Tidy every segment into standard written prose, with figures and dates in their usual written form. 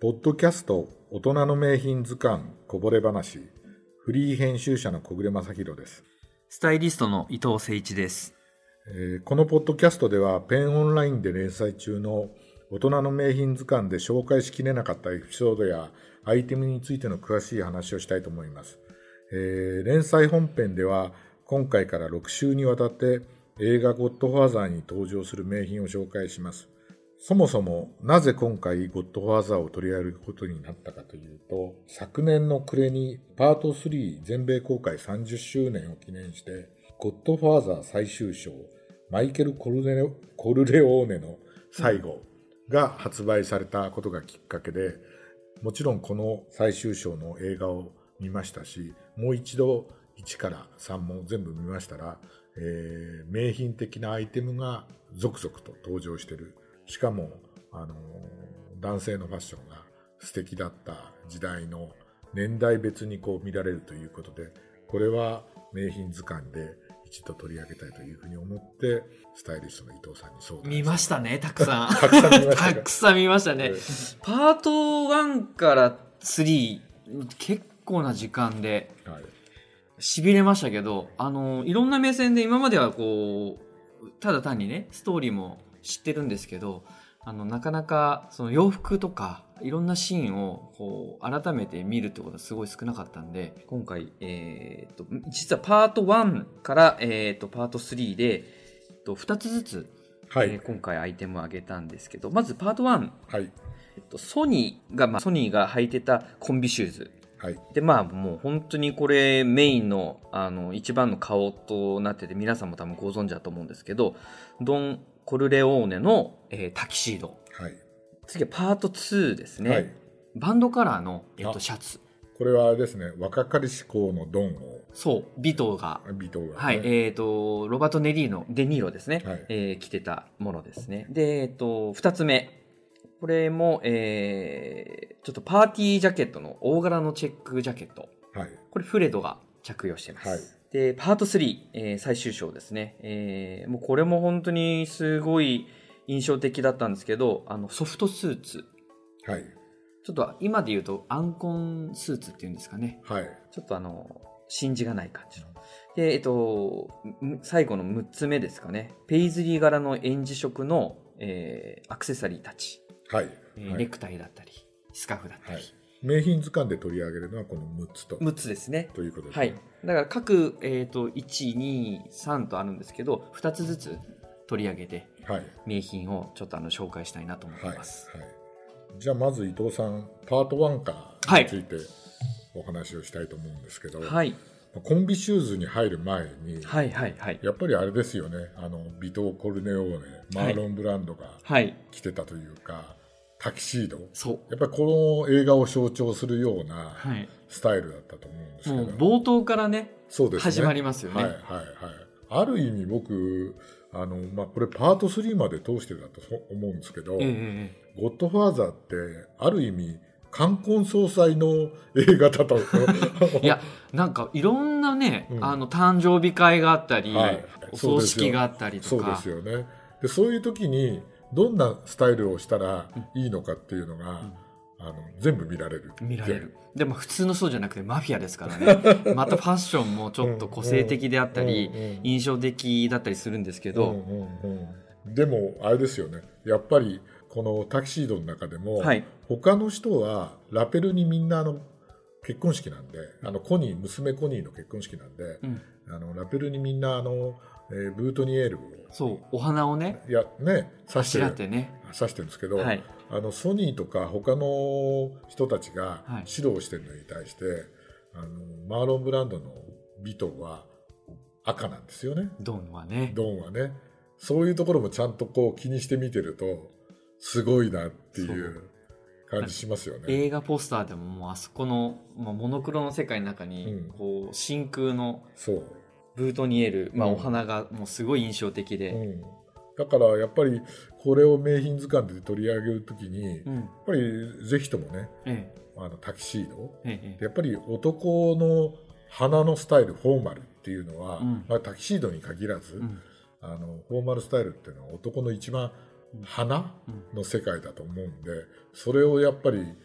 ポッドキャスト大人の名品図鑑こぼれ話、フリー編集者の小暮正弘です。 スタイリストの伊藤誠一です。 このポッドキャストではペンオンラインで連載中の大人の名品図鑑で紹介しきれなかったエピソードやアイテムについての詳しい話をしたいと思います。連載本編では今回から6週にわたって映画ゴッドファーザーに登場する名品を紹介します。そもそもなぜ今回ゴッドファーザーを取り上げることになったかというと、昨年の暮れにパート3全米公開30周年を記念してゴッドファーザー最終章マイケル・コルレオーネの最後が発売されたことがきっかけで、もちろんこの最終章の映画を見ましたし、もう一度1から3も全部見ましたら、名品的なアイテムが続々と登場している。しかも男性のファッションが素敵だった時代の年代別にこう見られるということで、これは名品図鑑で一度取り上げたいというふうに思ってスタイリストの伊藤さんに相談見ましたね、たくさんたくさん見ましたたくさん見ましたね。パート1から3結構な時間で痺れましたけど、いろんな目線で今まではこうただ単にねストーリーも知ってるんですけど、なかなかその洋服とかいろんなシーンをこう改めて見るってことはすごい少なかったんで、今回、実はパート1から、パート3で、2つずつ、今回アイテムをあげたんですけど、まずパート1、ソニーが履いてたコンビシューズ、でもう本当にこれメインの、一番の顔となってて、皆さんも多分ご存知だと思うんですけど、ドン・コルレオーネの、タキシード、次はパート2ですね、バンドカラーの、シャツ。これはあれですね、若かりし頃のドンを、 そうビトーが、 ね、 ロバート・デニーロですね、着てたものですね。で、2つ目、これも、ちょっとパーティージャケットの大柄のチェックジャケット、これフレドが着用してます。でパート3、最終章ですね、もうこれも本当にすごい印象的だったんですけど、ソフトスーツ、ちょっと今で言うとアンコンスーツっていうんですかね、ちょっと真地がない感じので、最後の6つ目ですかね、ペイズリー柄のエンジ色の、アクセサリーたち、ネクタイだったりスカーフだったり、 名品図鑑で取り上げるのはこの6つですね。 ということですね。 だから各、1、2、3とあるんですけど、2つずつ取り上げて、名品をちょっと紹介したいなと思っています。 じゃあまず伊藤さん、パート1からについてお話をしたいと思うんですけど、コンビシューズに入る前に、やっぱりあれですよね、ビトー・コルネオーネ、マーロン・ブランドが着てたというか、タキシード、やっぱりこの映画を象徴するようなスタイルだったと思うんですけど、 もう冒頭からね、始まりますよね。 ある意味僕これパート3まで通してだと思うんですけど、ゴッドファーザーってある意味冠婚葬祭の映画だといや、なんかいろんなね、誕生日会があったり、お葬式があったりとか、 そうですよね。でそういう時にどんなスタイルをしたらいいのかっていうのが、全部見られる。 でも普通のそうじゃなくてマフィアですからねまたファッションもちょっと個性的であったり、印象的だったりするんですけど、 でもあれですよね、やっぱりこのタキシードの中でも、他の人はラペルにみんな結婚式なんで、娘コニーの結婚式なんで、ラペルにみんなブートニエールをお花をね刺してるんですけど、ソニーとか他の人たちが指導してるのに対して、マーロン・ブランドのビトは赤なんですよね。 ドンはね。 そういうところもちゃんとこう気にして見てるとすごいなっていう感じしますよね。 映画ポスターでももうあそこの、モノクロの世界の中に、こう真空のブートニエール、お花がもうすごい印象的で、 だからやっぱりこれを名品図鑑で取り上げるときに、やっぱりぜひともね、タキシード、やっぱり男の花のスタイル、フォーマルっていうのは、タキシードに限らず、フォーマルスタイルっていうのは男の一番花の世界だと思うんで、それをやっぱり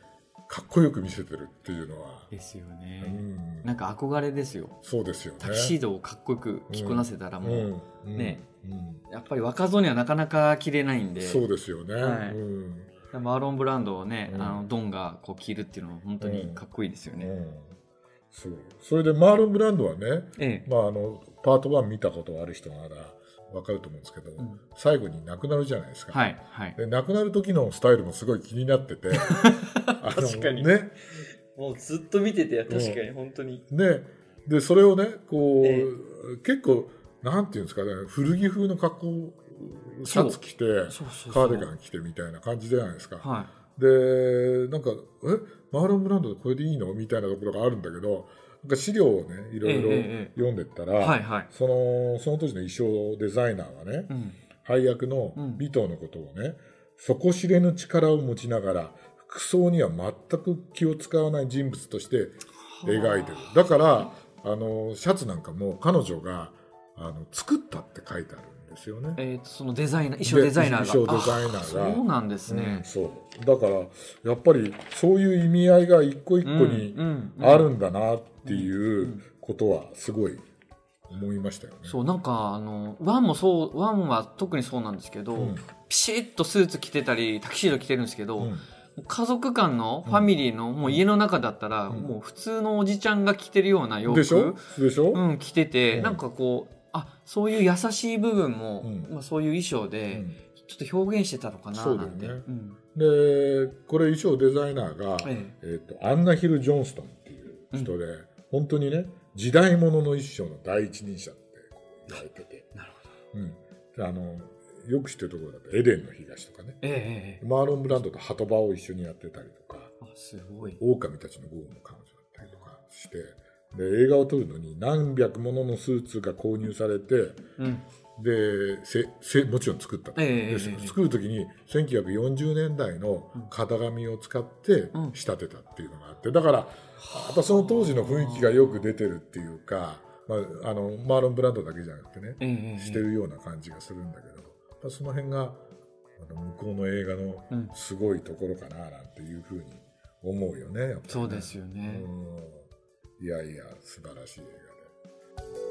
かっこよく見せてるっていうのはですよね、なんか憧れですよ。 そうですよね。 タキシードをかっこよく着こなせたらもうね、やっぱり若造にはなかなか着れないんで。 そうですよね、 マーロン・ブランドをね、ドンがこう着るっていうのは本当にかっこいいですよね、 それでマーロン・ブランドはね、パート1見たことある人なら分かると思うんですけど、最後に亡くなるじゃないですか、で亡くなる時のスタイルもすごい気になってて確かにね、 もうずっと見てて確かに本当にね、でそれをねこう、結構なんていうんですかね、古着風の格好、シャツ着てカーディガン着てみたいな感じじゃないですか、でなんかマーロン・ブランドでこれでいいのみたいなところがあるんだけど、なんか資料をねいろいろ読んでったら、その当時の衣装デザイナーがね、配役の尾藤のことをね、底知れぬ力を持ちながら服装には全く気を使わない人物として描いてる。だからシャツなんかも彼女が作ったって書いてあるんですよね。 そのデザイナー、衣装デザイナーが。 衣装デザイナーが。 そうなんですね。 そうだからやっぱりそういう意味合いが一個一個にあるんだなっていうことはすごい思いましたよね。 そうなんかワンは特にそうなんですけど、ピシッとスーツ着てたりタキシード着てるんですけど、家族間のファミリーのもう家の中だったら、もう普通のおじちゃんが着てるような洋服でしょ、 着てて、なんかこうそういう優しい部分も、そういう衣装でちょっと表現してたのかななんて。 でこれ衣装デザイナーが、アンナ・ヒル・ジョンストンっていう人で、本当にね時代物の衣装の第一人者って言われてて、 なるほど、 よく知ってるところだとエデンの東とかね、マーロン・ブランドと鳩場を一緒にやってたりとか、 すごい狼たちのゴーの彼女だったりとかして、で映画を撮るのに何百もののスーツが購入されて、でもちろん作ったんです、作る時に1940年代の型紙を使って仕立てたっていうのがあって、だからやっぱその当時の雰囲気がよく出てるっていうか、マーロン・ブランドだけじゃなくてね、してるような感じがするんだけど、その辺が向こうの映画のすごいところかななんていうふうに思うよね、やっぱりね。 そうですよね。 いやいや素晴らしい映画で。